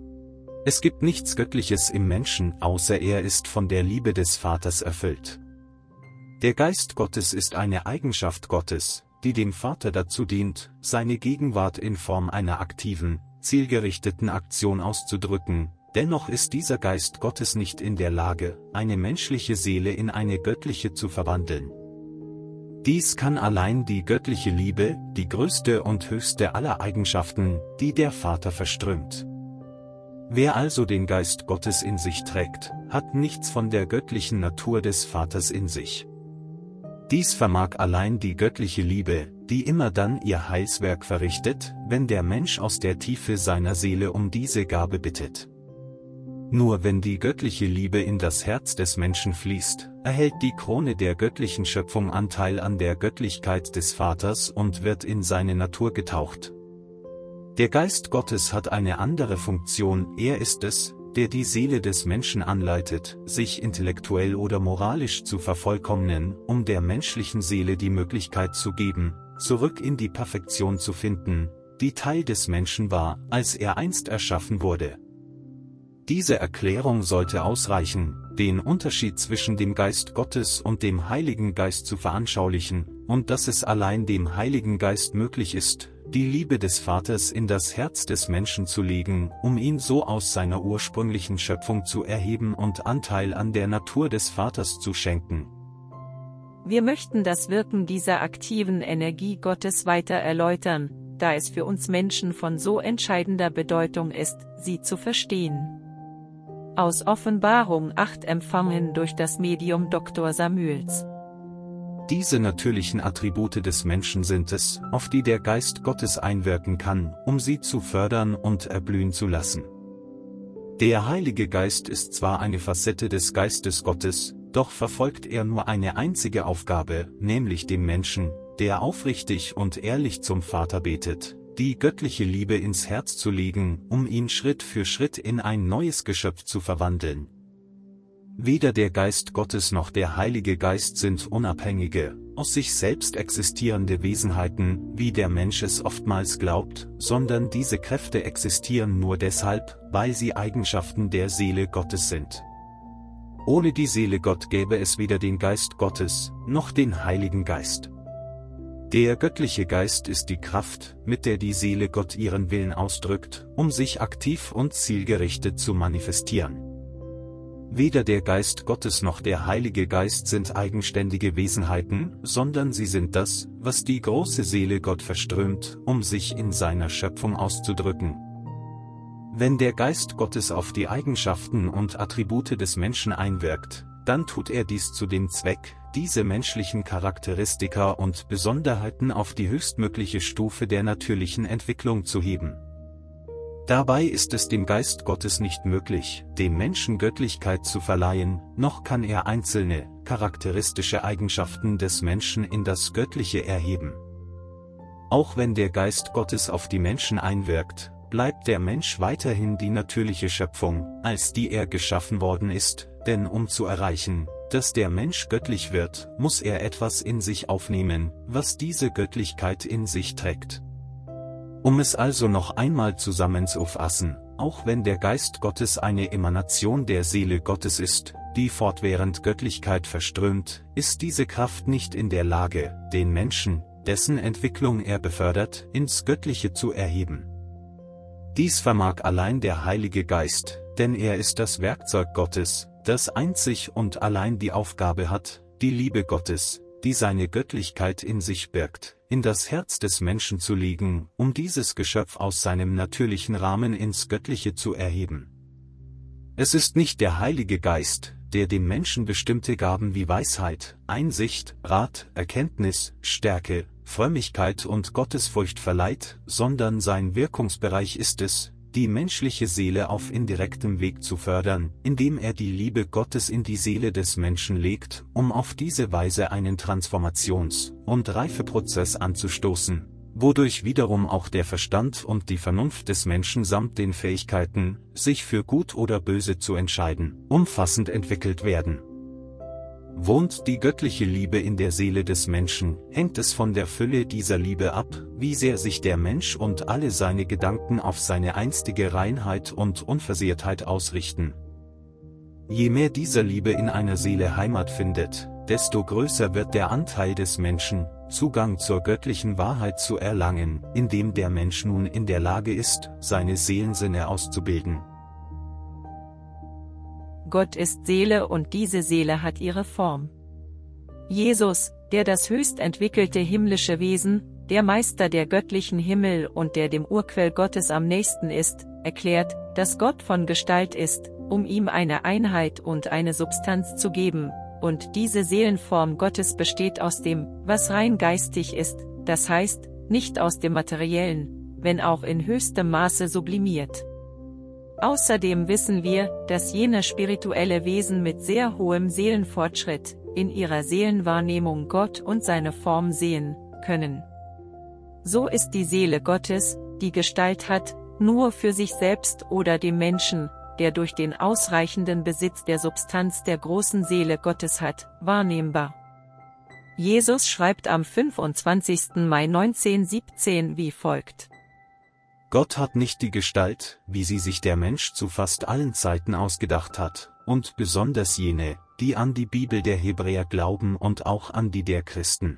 Es gibt nichts Göttliches im Menschen, außer er ist von der Liebe des Vaters erfüllt. Der Geist Gottes ist eine Eigenschaft Gottes, die dem Vater dazu dient, seine Gegenwart in Form einer aktiven, zielgerichteten Aktion auszudrücken. Dennoch ist dieser Geist Gottes nicht in der Lage, eine menschliche Seele in eine göttliche zu verwandeln. Dies kann allein die göttliche Liebe, die größte und höchste aller Eigenschaften, die der Vater verströmt. Wer also den Geist Gottes in sich trägt, hat nichts von der göttlichen Natur des Vaters in sich. Dies vermag allein die göttliche Liebe, die immer dann ihr Heilswerk verrichtet, wenn der Mensch aus der Tiefe seiner Seele um diese Gabe bittet. Nur wenn die göttliche Liebe in das Herz des Menschen fließt, erhält die Krone der göttlichen Schöpfung Anteil an der Göttlichkeit des Vaters und wird in seine Natur getaucht. Der Geist Gottes hat eine andere Funktion, er ist es, der die Seele des Menschen anleitet, sich intellektuell oder moralisch zu vervollkommnen, um der menschlichen Seele die Möglichkeit zu geben, zurück in die Perfektion zu finden, die Teil des Menschen war, als er einst erschaffen wurde. Diese Erklärung sollte ausreichen, den Unterschied zwischen dem Geist Gottes und dem Heiligen Geist zu veranschaulichen, und dass es allein dem Heiligen Geist möglich ist, die Liebe des Vaters in das Herz des Menschen zu legen, um ihn so aus seiner ursprünglichen Schöpfung zu erheben und Anteil an der Natur des Vaters zu schenken.
Wir möchten das Wirken dieser aktiven Energie Gottes weiter erläutern, da es für uns Menschen von so entscheidender Bedeutung ist, sie zu verstehen. Aus Offenbarung acht empfangen durch das Medium Doktor Samuels.
Diese natürlichen Attribute des Menschen sind es, auf die der Geist Gottes einwirken kann, um sie zu fördern und erblühen zu lassen. Der Heilige Geist ist zwar eine Facette des Geistes Gottes, doch verfolgt er nur eine einzige Aufgabe, nämlich dem Menschen, der aufrichtig und ehrlich zum Vater betet, die göttliche Liebe ins Herz zu legen, um ihn Schritt für Schritt in ein neues Geschöpf zu verwandeln. Weder der Geist Gottes noch der Heilige Geist sind unabhängige, aus sich selbst existierende Wesenheiten, wie der Mensch es oftmals glaubt, sondern diese Kräfte existieren nur deshalb, weil sie Eigenschaften der Seele Gottes sind. Ohne die Seele Gott gäbe es weder den Geist Gottes, noch den Heiligen Geist. Der göttliche Geist ist die Kraft, mit der die Seele Gott ihren Willen ausdrückt, um sich aktiv und zielgerichtet zu manifestieren. Weder der Geist Gottes noch der Heilige Geist sind eigenständige Wesenheiten, sondern sie sind das, was die große Seele Gott verströmt, um sich in seiner Schöpfung auszudrücken. Wenn der Geist Gottes auf die Eigenschaften und Attribute des Menschen einwirkt, dann tut er dies zu dem Zweck, diese menschlichen Charakteristika und Besonderheiten auf die höchstmögliche Stufe der natürlichen Entwicklung zu heben. Dabei ist es dem Geist Gottes nicht möglich, dem Menschen Göttlichkeit zu verleihen, noch kann er einzelne, charakteristische Eigenschaften des Menschen in das Göttliche erheben. Auch wenn der Geist Gottes auf die Menschen einwirkt, bleibt der Mensch weiterhin die natürliche Schöpfung, als die er geschaffen worden ist, denn um zu erreichen, dass der Mensch göttlich wird, muss er etwas in sich aufnehmen, was diese Göttlichkeit in sich trägt. Um es also noch einmal zusammenzufassen, auch wenn der Geist Gottes eine Emanation der Seele Gottes ist, die fortwährend Göttlichkeit verströmt, ist diese Kraft nicht in der Lage, den Menschen, dessen Entwicklung er befördert, ins Göttliche zu erheben. Dies vermag allein der Heilige Geist, denn er ist das Werkzeug Gottes, das einzig und allein die Aufgabe hat, die Liebe Gottes, die seine Göttlichkeit in sich birgt, in das Herz des Menschen zu legen, um dieses Geschöpf aus seinem natürlichen Rahmen ins Göttliche zu erheben. Es ist nicht der Heilige Geist, der dem Menschen bestimmte Gaben wie Weisheit, Einsicht, Rat, Erkenntnis, Stärke, Frömmigkeit und Gottesfurcht verleiht, sondern sein Wirkungsbereich ist es, die menschliche Seele auf indirektem Weg zu fördern, indem er die Liebe Gottes in die Seele des Menschen legt, um auf diese Weise einen Transformations- und Reifeprozess anzustoßen, wodurch wiederum auch der Verstand und die Vernunft des Menschen samt den Fähigkeiten, sich für gut oder böse zu entscheiden, umfassend entwickelt werden. Wohnt die göttliche Liebe in der Seele des Menschen, hängt es von der Fülle dieser Liebe ab, wie sehr sich der Mensch und alle seine Gedanken auf seine einstige Reinheit und Unversehrtheit ausrichten. Je mehr dieser Liebe in einer Seele Heimat findet, desto größer wird der Anteil des Menschen, Zugang zur göttlichen Wahrheit zu erlangen, indem der Mensch nun in der Lage ist, seine Seelensinne auszubilden.
Gott ist Seele und diese Seele hat ihre Form. Jesus, der das höchst entwickelte himmlische Wesen, der Meister der göttlichen Himmel und der dem Urquell Gottes am nächsten ist, erklärt, dass Gott von Gestalt ist, um ihm eine Einheit und eine Substanz zu geben, und diese Seelenform Gottes besteht aus dem, was rein geistig ist, das heißt, nicht aus dem Materiellen, wenn auch in höchstem Maße sublimiert. Außerdem wissen wir, dass jene spirituelle Wesen mit sehr hohem Seelenfortschritt, in ihrer Seelenwahrnehmung Gott und seine Form sehen können. So ist die Seele Gottes, die Gestalt hat, nur für sich selbst oder dem Menschen, der durch den ausreichenden Besitz der Substanz der großen Seele Gottes hat, wahrnehmbar. Jesus schreibt am fünfundzwanzigsten Mai neunzehnhundertsiebzehn wie folgt:
Gott hat nicht die Gestalt, wie sie sich der Mensch zu fast allen Zeiten ausgedacht hat, und besonders jene, die an die Bibel der Hebräer glauben und auch an die der Christen.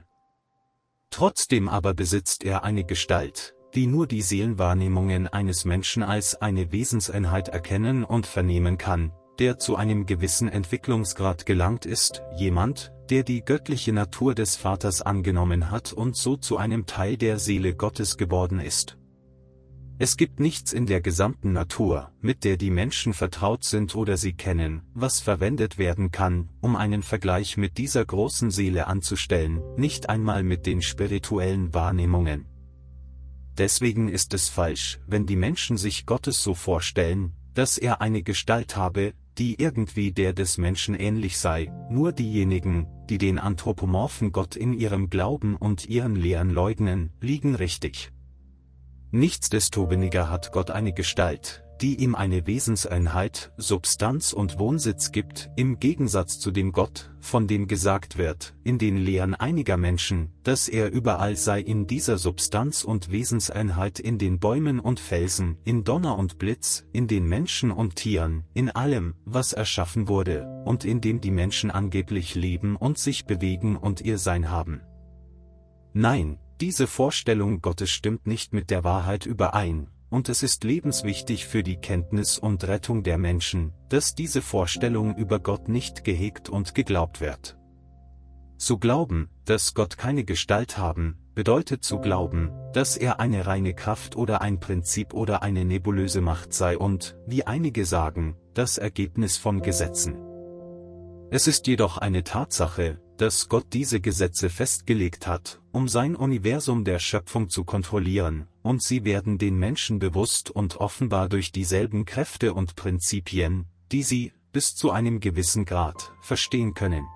Trotzdem aber besitzt er eine Gestalt, die nur die Seelenwahrnehmungen eines Menschen als eine Wesenseinheit erkennen und vernehmen kann, der zu einem gewissen Entwicklungsgrad gelangt ist, jemand, der die göttliche Natur des Vaters angenommen hat und so zu einem Teil der Seele Gottes geworden ist. Es gibt nichts in der gesamten Natur, mit der die Menschen vertraut sind oder sie kennen, was verwendet werden kann, um einen Vergleich mit dieser großen Seele anzustellen, nicht einmal mit den spirituellen Wahrnehmungen. Deswegen ist es falsch, wenn die Menschen sich Gottes so vorstellen, dass er eine Gestalt habe, die irgendwie der des Menschen ähnlich sei. Nur diejenigen, die den anthropomorphen Gott in ihrem Glauben und ihren Lehren leugnen, liegen richtig. Nichtsdestoweniger hat Gott eine Gestalt, die ihm eine Wesenseinheit, Substanz und Wohnsitz gibt, im Gegensatz zu dem Gott, von dem gesagt wird, in den Lehren einiger Menschen, dass er überall sei in dieser Substanz und Wesenseinheit in den Bäumen und Felsen, in Donner und Blitz, in den Menschen und Tieren, in allem, was erschaffen wurde, und in dem die Menschen angeblich leben und sich bewegen und ihr Sein haben. Nein, diese Vorstellung Gottes stimmt nicht mit der Wahrheit überein, und es ist lebenswichtig für die Kenntnis und Rettung der Menschen, dass diese Vorstellung über Gott nicht gehegt und geglaubt wird. Zu glauben, dass Gott keine Gestalt haben, bedeutet zu glauben, dass er eine reine Kraft oder ein Prinzip oder eine nebulöse Macht sei und, wie einige sagen, das Ergebnis von Gesetzen. Es ist jedoch eine Tatsache, dass Gott diese Gesetze festgelegt hat, um sein Universum der Schöpfung zu kontrollieren, und sie werden den Menschen bewusst und offenbar durch dieselben Kräfte und Prinzipien, die sie, bis zu einem gewissen Grad, verstehen können.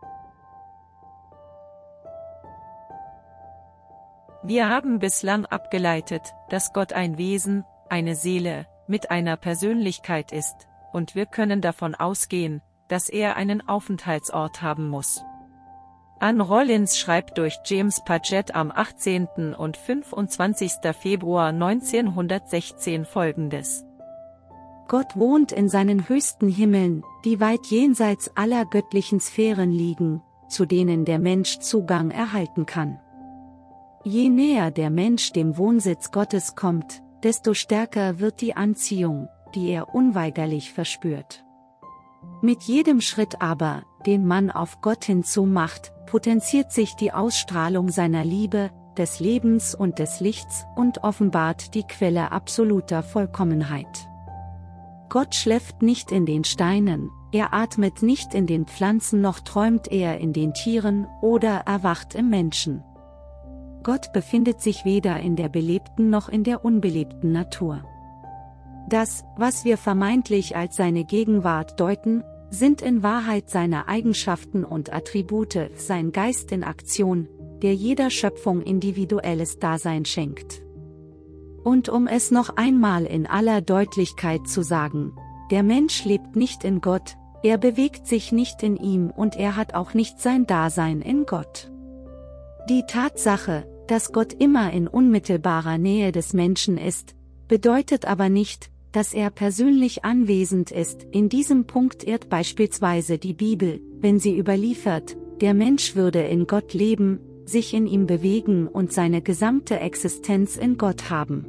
Wir haben bislang abgeleitet, dass Gott ein Wesen, eine Seele, mit einer Persönlichkeit ist, und wir können davon ausgehen, dass er einen Aufenthaltsort haben muss. Anne Rollins schreibt durch James Paget am achtzehnten und fünfundzwanzigsten Februar neunzehnhundertsechzehn folgendes:
Gott wohnt in seinen höchsten Himmeln, die weit jenseits aller göttlichen Sphären liegen, zu denen der Mensch Zugang erhalten kann. Je näher der Mensch dem Wohnsitz Gottes kommt, desto stärker wird die Anziehung, die er unweigerlich verspürt. Mit jedem Schritt aber, den man auf Gott hinzu macht, potenziert sich die Ausstrahlung seiner Liebe, des Lebens und des Lichts und offenbart die Quelle absoluter Vollkommenheit. Gott schläft nicht in den Steinen, er atmet nicht in den Pflanzen, noch träumt er in den Tieren oder erwacht im Menschen. Gott befindet sich weder in der belebten noch in der unbelebten Natur. Das, was wir vermeintlich als seine Gegenwart deuten, sind in Wahrheit seine Eigenschaften und Attribute, sein Geist in Aktion, der jeder Schöpfung individuelles Dasein schenkt. Und um es noch einmal in aller Deutlichkeit zu sagen, der Mensch lebt nicht in Gott, er bewegt sich nicht in ihm und er hat auch nicht sein Dasein in Gott. Die Tatsache, dass Gott immer in unmittelbarer Nähe des Menschen ist, bedeutet aber nicht, dass er persönlich anwesend ist. In diesem Punkt irrt beispielsweise die Bibel, wenn sie überliefert, der Mensch würde in Gott leben, sich in ihm bewegen und seine gesamte Existenz in Gott haben.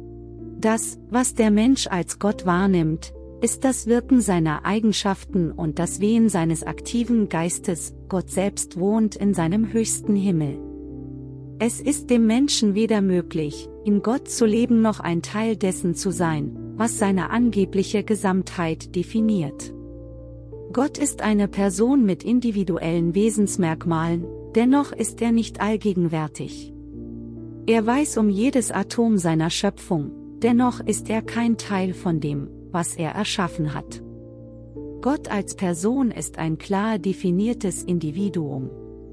Das, was der Mensch als Gott wahrnimmt, ist das Wirken seiner Eigenschaften und das Wehen seines aktiven Geistes. Gott selbst wohnt in seinem höchsten Himmel. Es ist dem Menschen weder möglich, in Gott zu leben noch ein Teil dessen zu sein, was seine angebliche Gesamtheit definiert. Gott ist eine Person mit individuellen Wesensmerkmalen, dennoch ist er nicht allgegenwärtig. Er weiß um jedes Atom seiner Schöpfung, dennoch ist er kein Teil von dem, was er erschaffen hat. Gott als Person ist ein klar definiertes Individuum.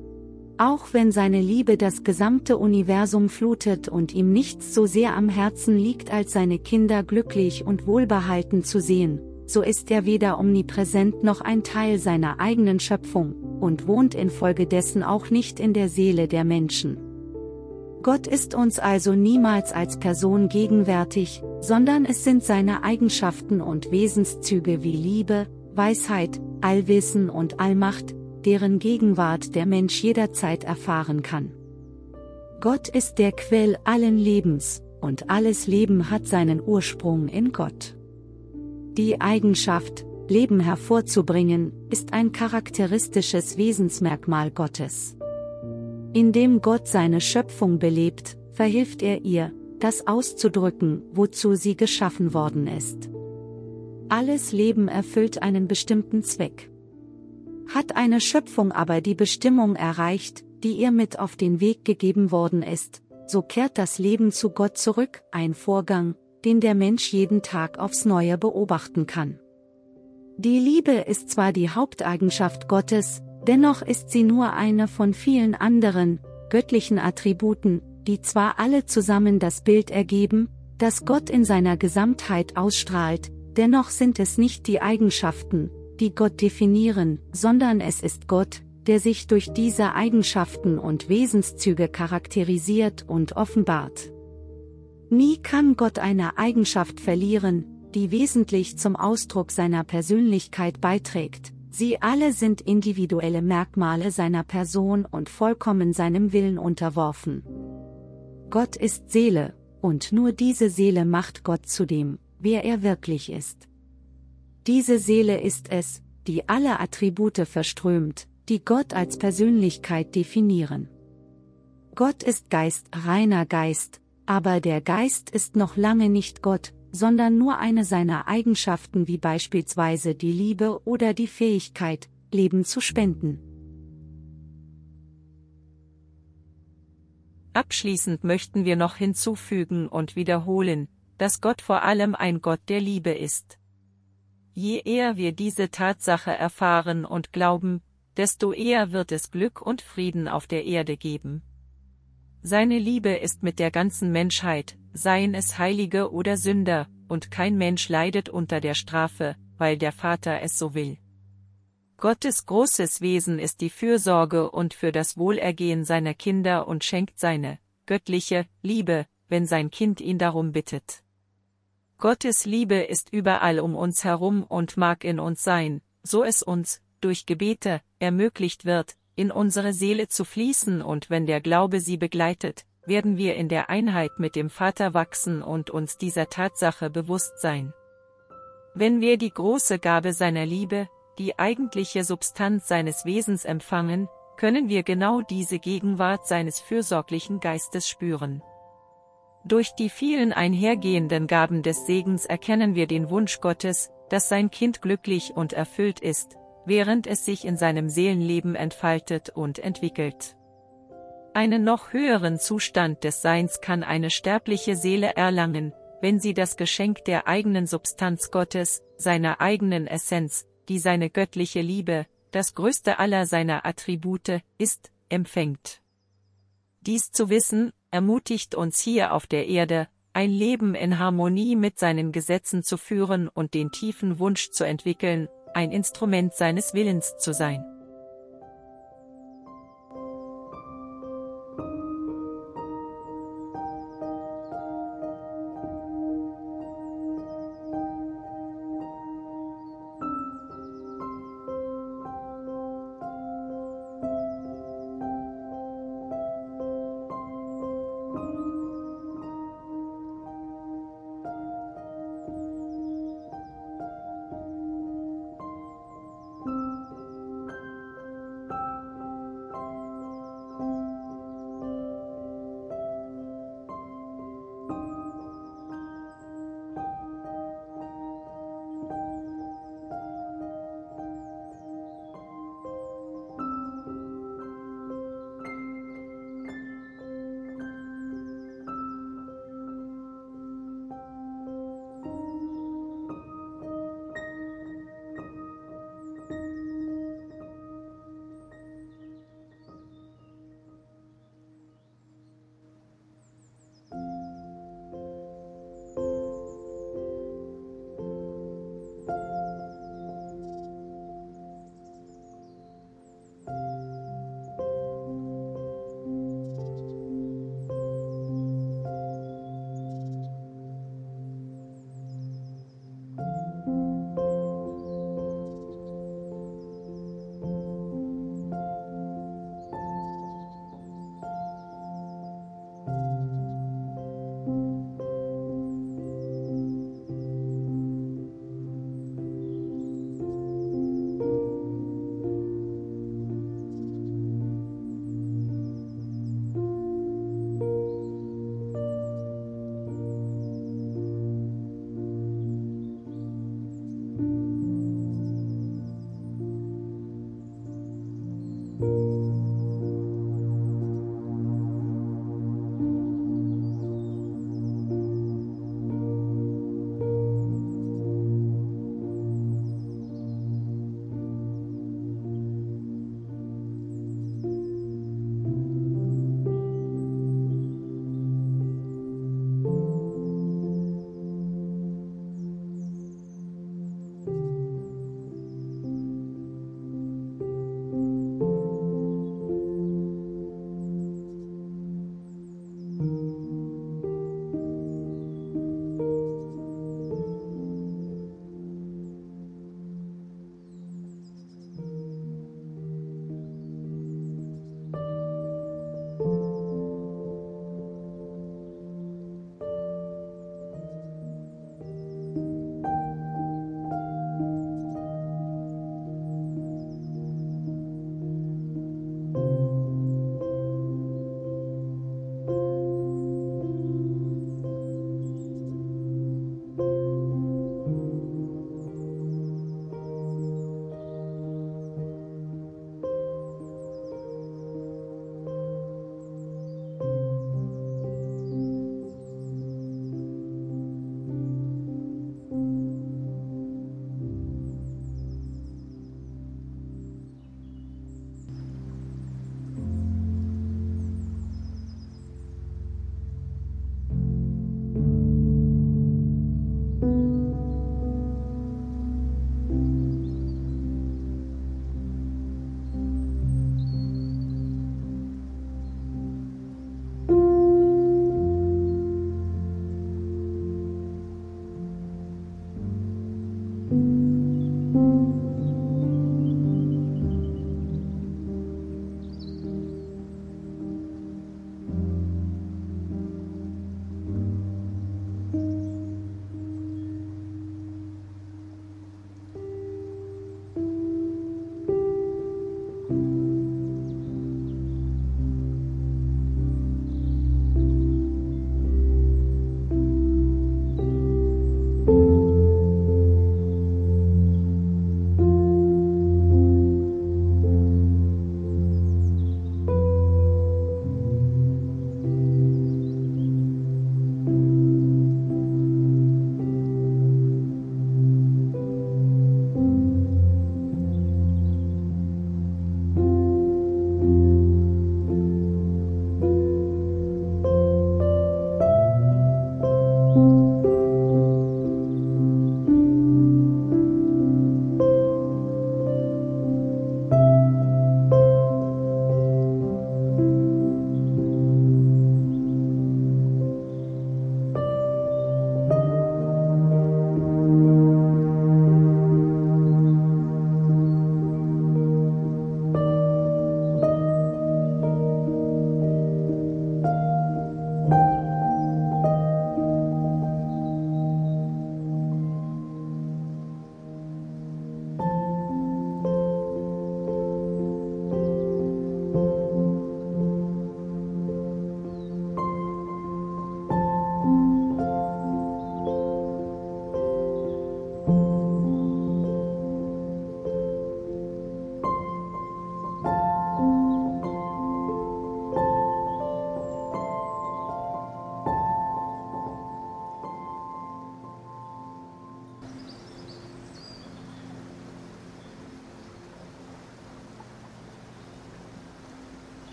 Auch wenn seine Liebe das gesamte Universum flutet und ihm nichts so sehr am Herzen liegt, als seine Kinder glücklich und wohlbehalten zu sehen, so ist er weder omnipräsent noch ein Teil seiner eigenen Schöpfung und wohnt infolgedessen auch nicht in der Seele der Menschen. Gott ist uns also niemals als Person gegenwärtig, sondern es sind seine Eigenschaften und Wesenszüge wie Liebe, Weisheit, Allwissen und Allmacht, deren Gegenwart der Mensch jederzeit erfahren kann. Gott ist der Quell allen Lebens, und alles Leben hat seinen Ursprung in Gott. Die Eigenschaft, Leben hervorzubringen, ist ein charakteristisches Wesensmerkmal Gottes. Indem Gott seine Schöpfung belebt, verhilft er ihr, das auszudrücken, wozu sie geschaffen worden ist. Alles Leben erfüllt einen bestimmten Zweck. Hat eine Schöpfung aber die Bestimmung erreicht, die ihr mit auf den Weg gegeben worden ist, so kehrt das Leben zu Gott zurück, ein Vorgang, den der Mensch jeden Tag aufs Neue beobachten kann. Die Liebe ist zwar die Haupteigenschaft Gottes, dennoch ist sie nur eine von vielen anderen, göttlichen Attributen, die zwar alle zusammen das Bild ergeben, das Gott in seiner Gesamtheit ausstrahlt, dennoch sind es nicht die Eigenschaften, die Gott definieren, sondern es ist Gott, der sich durch diese Eigenschaften und Wesenszüge charakterisiert und offenbart. Nie kann Gott eine Eigenschaft verlieren, die wesentlich zum Ausdruck seiner Persönlichkeit beiträgt. Sie alle sind individuelle Merkmale seiner Person und vollkommen seinem Willen unterworfen. Gott ist Seele, und nur diese Seele macht Gott zu dem, wer er wirklich ist. Diese Seele ist es, die alle Attribute verströmt, die Gott als Persönlichkeit definieren. Gott ist Geist, reiner Geist, aber der Geist ist noch lange nicht Gott, sondern nur eine seiner Eigenschaften wie beispielsweise die Liebe oder die Fähigkeit, Leben zu spenden.
Abschließend möchten wir noch hinzufügen und wiederholen, dass Gott vor allem ein Gott der Liebe ist. Je eher wir diese Tatsache erfahren und glauben, desto eher wird es Glück und Frieden auf der Erde geben. Seine Liebe ist mit der ganzen Menschheit, seien es Heilige oder Sünder, und kein Mensch leidet unter der Strafe, weil der Vater es so will. Gottes großes Wesen ist die Fürsorge und für das Wohlergehen seiner Kinder und schenkt seine göttliche Liebe, wenn sein Kind ihn darum bittet. Gottes Liebe ist überall um uns herum und mag in uns sein, so es uns, durch Gebete, ermöglicht wird, in unsere Seele zu fließen, und wenn der Glaube sie begleitet, werden wir in der Einheit mit dem Vater wachsen und uns dieser Tatsache bewusst sein. Wenn wir die große Gabe seiner Liebe, die eigentliche Substanz seines Wesens empfangen, können wir genau diese Gegenwart seines fürsorglichen Geistes spüren. Durch die vielen einhergehenden Gaben des Segens erkennen wir den Wunsch Gottes, dass sein Kind glücklich und erfüllt ist, während es sich in seinem Seelenleben entfaltet und entwickelt. Einen noch höheren Zustand des Seins kann eine sterbliche Seele erlangen, wenn sie das Geschenk der eigenen Substanz Gottes, seiner eigenen Essenz, die seine göttliche Liebe, das größte aller seiner Attribute, ist, empfängt. Dies zu wissen, ermutigt uns hier auf der Erde, ein Leben in Harmonie mit seinen Gesetzen zu führen und den tiefen Wunsch zu entwickeln, ein Instrument seines Willens zu sein.